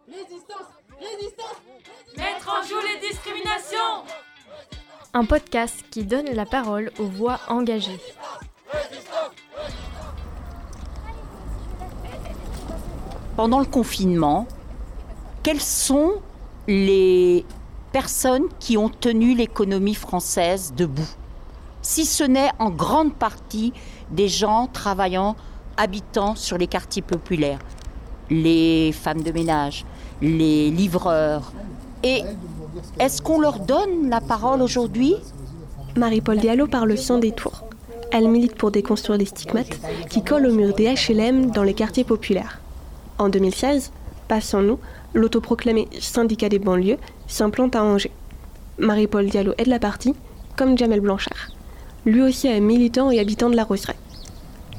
Mettre en joue les discriminations. Un podcast qui donne la parole aux voix engagées. Pendant le confinement, quelles sont les personnes qui ont tenu l'économie française debout ? Si ce n'est en grande partie des gens travaillant, habitant sur les quartiers populaires, les femmes de ménage, les livreurs. Et est-ce qu'on leur donne la parole aujourd'hui ? Marie-Paul Diallo parle sans détour. Elle milite pour déconstruire les stigmates qui collent au mur des HLM dans les quartiers populaires. En 2016, Passons-nous, l'autoproclamé syndicat des banlieues, s'implante à Angers. Marie-Paul Diallo aide la partie, comme Jamel Blanchard. Lui aussi est militant et habitant de la Roseraie. L'objectif ?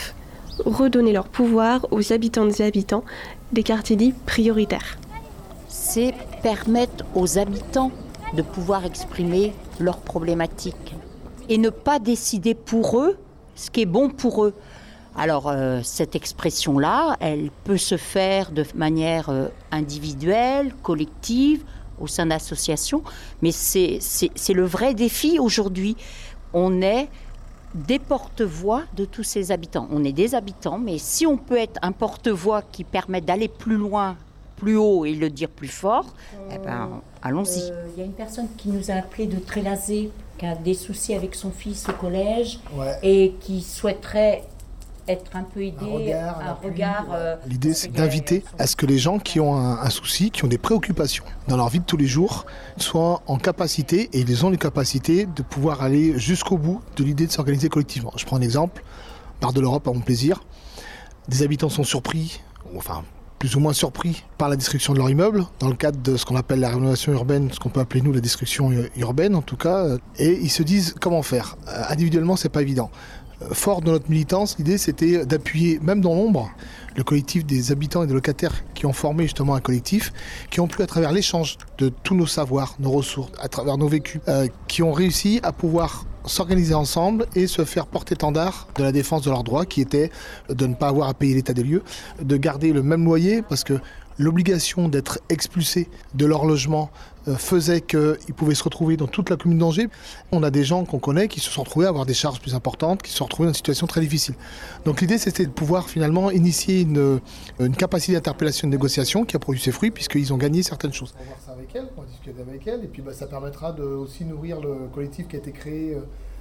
Redonner leur pouvoir aux habitantes et habitants des quartiers dits prioritaires. C'est permettre aux habitants de pouvoir exprimer leurs problématiques et ne pas décider pour eux ce qui est bon pour eux. Alors, cette expression-là, elle peut se faire de manière individuelle, collective, au sein d'associations, mais c'est le vrai défi aujourd'hui. On est des porte-voix de tous ces habitants. On est des habitants, mais si on peut être un porte-voix qui permet d'aller plus loin, plus haut et le dire plus fort, allons-y. Il y a une personne qui nous a appelé de Trélazé, qui a des soucis avec son fils au collège et qui souhaiterait être un peu aidé, un regard. L'idée, c'est d'inviter à ce que les gens qui ont un souci, qui ont des préoccupations dans leur vie de tous les jours, soient en capacité, et ils ont les capacités de pouvoir aller jusqu'au bout de l'idée de s'organiser collectivement. Je prends un exemple, Bar de l'Europe à mon plaisir. Des habitants sont surpris, enfin plus ou moins surpris par la destruction de leur immeuble, dans le cadre de ce qu'on appelle la rénovation urbaine, ce qu'on peut appeler nous la destruction urbaine en tout cas, et ils se disent comment faire. Individuellement, c'est pas évident. Fort de notre militance, l'idée c'était d'appuyer, même dans l'ombre, le collectif des habitants et des locataires qui ont formé justement un collectif, qui ont pu à travers l'échange de tous nos savoirs, nos ressources, à travers nos vécus, qui ont réussi à pouvoir s'organiser ensemble et se faire porte-étendard de la défense de leurs droits, qui était de ne pas avoir à payer l'état des lieux, de garder le même loyer, parce que l'obligation d'être expulsés de leur logement faisait qu'ils pouvaient se retrouver dans toute la commune d'Angers. On a des gens qu'on connaît qui se sont retrouvés à avoir des charges plus importantes, qui se sont retrouvés dans une situation très difficile. Donc l'idée, c'était de pouvoir finalement initier une capacité d'interpellation et de négociation qui a produit ses fruits, puisqu'ils ont gagné certaines choses. On va voir ça avec elle, on va discuter avec elle, et puis ça permettra de aussi nourrir le collectif qui a été créé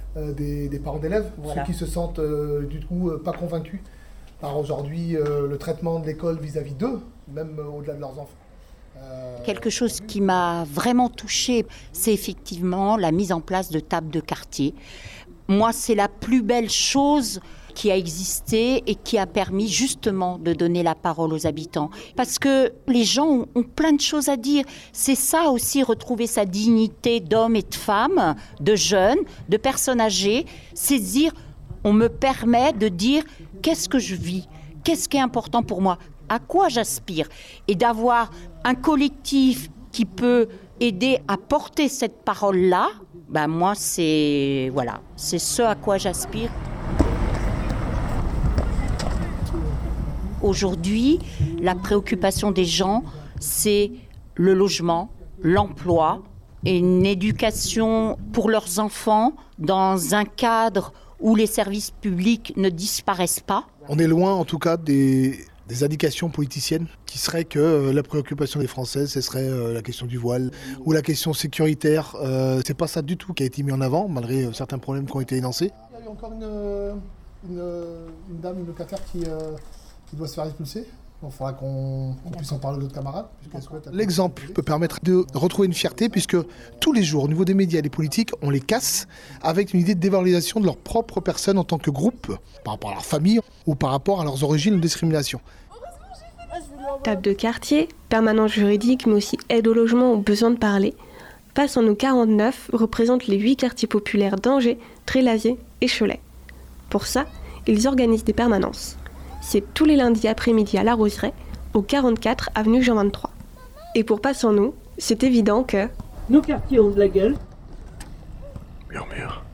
des parents d'élèves, ceux qui se sentent du coup pas convaincus par aujourd'hui le traitement de l'école vis-à-vis d'eux, même au-delà de leurs enfants. Quelque chose qui m'a vraiment touchée, c'est effectivement la mise en place de tables de quartier. Moi, c'est la plus belle chose qui a existé et qui a permis justement de donner la parole aux habitants. Parce que les gens ont plein de choses à dire. C'est ça aussi, retrouver sa dignité d'homme et de femme, de jeunes, de personnes âgées. C'est dire, on me permet de dire qu'est-ce que je vis, qu'est-ce qui est important pour moi, à quoi j'aspire, et d'avoir un collectif qui peut aider à porter cette parole-là, moi, c'est ce à quoi j'aspire. Aujourd'hui, la préoccupation des gens, c'est le logement, l'emploi et une éducation pour leurs enfants dans un cadre où les services publics ne disparaissent pas. On est loin, en tout cas, des indications politiciennes qui seraient que la préoccupation des Français, ce serait la question du voile ou la question sécuritaire. C'est pas ça du tout qui a été mis en avant, malgré certains problèmes qui ont été énoncés. Il y a encore une dame, une locataire qui doit se faire expulser. Il faudra qu'on puisse en parler aux autres camarades. L'exemple peut permettre de retrouver une fierté, puisque tous les jours, au niveau des médias et des politiques, on les casse avec une idée de dévalorisation de leur propre personne en tant que groupe, par rapport à leur famille ou par rapport à leurs origines ou discrimination. Table de quartier, permanence juridique, mais aussi aide au logement aux besoins de parler. Passons-nous 49 représente les 8 quartiers populaires d'Angers, Trélazé et Cholet. Pour ça, ils organisent des permanences. C'est tous les lundis après-midi à La Roseraie, au 44 avenue Jean 23. Et pour Passons-nous, c'est évident que... nos quartiers ont de la gueule. Murmure.